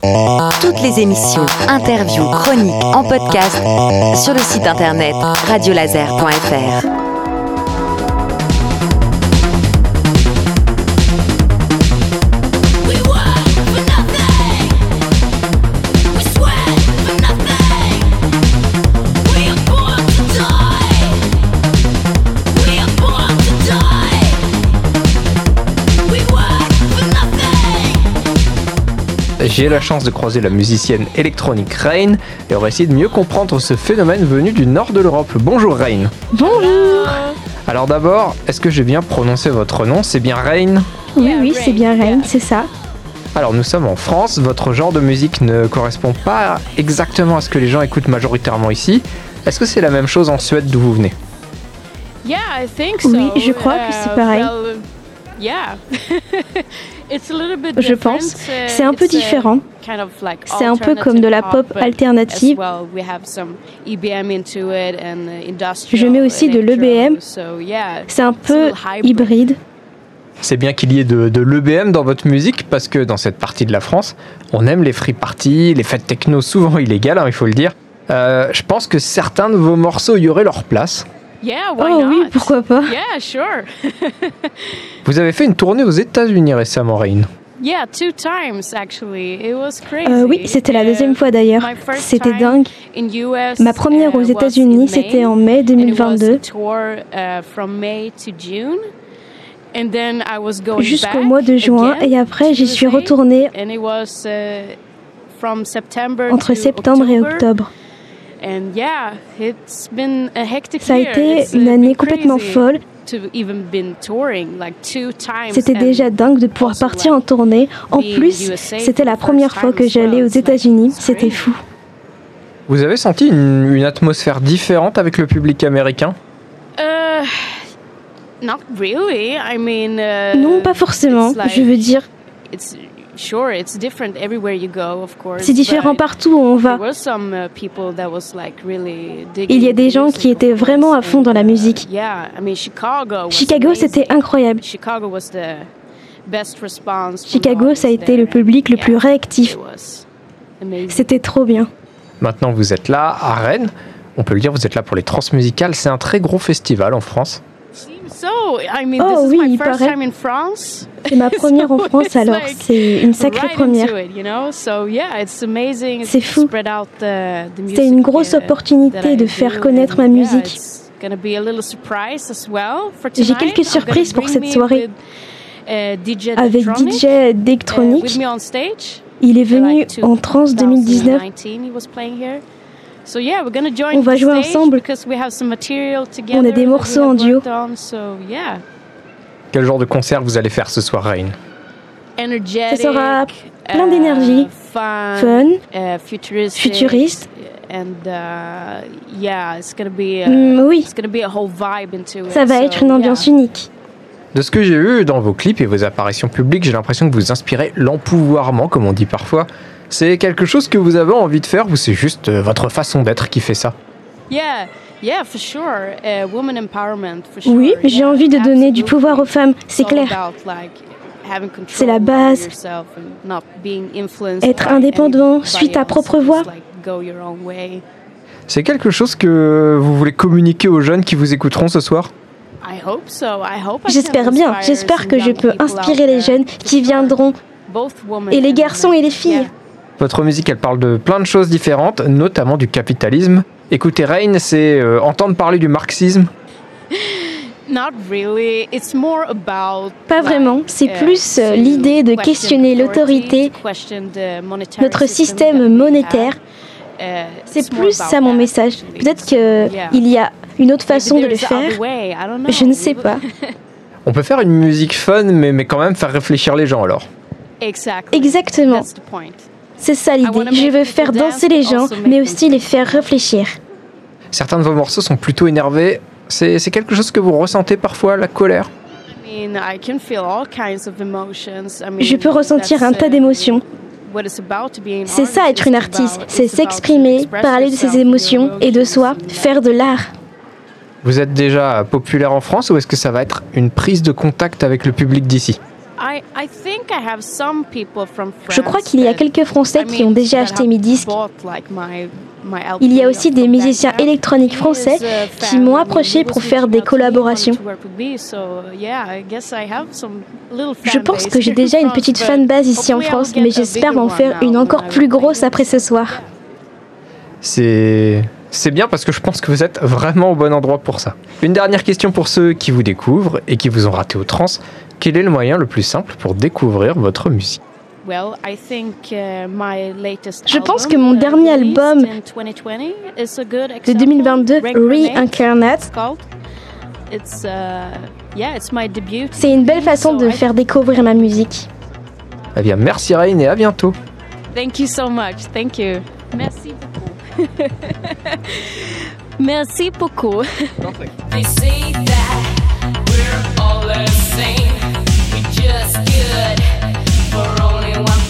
Toutes les émissions, interviews, chroniques en podcast sur le site internet radiolaser.fr. J'ai la chance de croiser la musicienne électronique Rain et on va essayer de mieux comprendre ce phénomène venu du nord de l'Europe. Bonjour Rain. Bonjour. Alors d'abord, est-ce que j'ai bien prononcé votre nom? C'est bien Rain? Oui, c'est bien Rain, c'est ça. Alors nous sommes en France, votre genre de musique ne correspond pas exactement à ce que les gens écoutent majoritairement ici. Est-ce que c'est la même chose en Suède d'où vous venez? Oui, je crois que c'est pareil. Je pense, c'est un peu différent. C'est un peu comme de la pop alternative. Je mets aussi de l'EBM. C'est un peu hybride. C'est bien qu'il y ait de l'EBM dans votre musique parce que dans cette partie de la France, on aime les free parties, les fêtes techno souvent illégales, il faut le dire. Je pense que certains de vos morceaux y auraient leur place. Oh oui, pourquoi pas? Vous avez fait une tournée aux États-Unis récemment, Rain. Oui, c'était la deuxième fois d'ailleurs. C'était dingue. Ma première aux États-Unis, c'était en mai 2022. Jusqu'au mois de juin, et après j'y suis retournée entre septembre et octobre. Ça a été une année complètement folle. C'était déjà dingue de pouvoir partir en tournée. En plus, c'était la première fois que j'allais aux États-Unis. C'était fou. Vous avez senti une atmosphère différente avec le public américain? Non, pas forcément. Je veux dire, c'est différent partout où on va. Il y a des gens qui étaient vraiment à fond dans la musique. Chicago, c'était incroyable. Chicago, ça a été le public le plus réactif. C'était trop bien. Maintenant, vous êtes là, à Rennes. On peut le dire, vous êtes là pour les Transmusicales. C'est un très gros festival en France. Oh oui, il paraît. C'est ma première en France, alors c'est une sacrée première. C'est fou. C'est une grosse opportunité de faire connaître ma musique. J'ai quelques surprises pour cette soirée. Avec DJ d'électronique, il est venu en trans 2019. On va jouer ensemble. On a des morceaux en duo. Quel genre de concert vous allez faire ce soir, Rain? Ça sera plein d'énergie, fun, futuriste. Oui, ça va être une ambiance unique. De ce que j'ai vu dans vos clips et vos apparitions publiques, j'ai l'impression que vous inspirez l'empouvoirment, comme on dit parfois. C'est quelque chose que vous avez envie de faire ou c'est juste votre façon d'être qui fait ça? Oui, j'ai envie de donner du pouvoir aux femmes, c'est clair. C'est la base. Être indépendant, suivre ta propre voie. C'est quelque chose que vous voulez communiquer aux jeunes qui vous écouteront ce soir? J'espère bien. J'espère que je peux inspirer les jeunes qui viendront, et les garçons et les filles. Votre musique, elle parle de plein de choses différentes, notamment du capitalisme. Écoutez, Rain, c'est entendre parler du marxisme. Pas vraiment, c'est plus l'idée de questionner l'autorité, notre système monétaire. C'est plus ça mon message. Peut-être qu'il y a une autre façon de le faire. Je ne sais pas. On peut faire une musique fun, mais quand même faire réfléchir les gens alors. Exactement. C'est ça l'idée. Je veux faire danser les gens, mais aussi les faire réfléchir. Certains de vos morceaux sont plutôt énervés. C'est quelque chose que vous ressentez parfois, la colère? Je peux ressentir un tas d'émotions. C'est ça être une artiste, c'est s'exprimer, parler de ses émotions et de soi, faire de l'art. Vous êtes déjà populaire en France ou est-ce que ça va être une prise de contact avec le public d'ici? Je crois qu'il y a quelques Français qui ont déjà acheté mes disques. Il y a aussi des musiciens électroniques français qui m'ont approché pour faire des collaborations. Je pense que j'ai déjà une petite fanbase ici en France, mais j'espère m'en faire une encore plus grosse après ce soir. C'est bien parce que je pense que vous êtes vraiment au bon endroit pour ça. Une dernière question pour ceux qui vous découvrent et qui vous ont raté au trans. Quel est le moyen le plus simple pour découvrir votre musique ? Je pense que mon dernier album de 2022, Reincarnate, c'est une belle façon de faire découvrir ma musique. Eh bien, merci Rain et à bientôt. Thank you so much. Thank you. Merci beaucoup. Merci beaucoup. They say that we're all the same. We just good for only one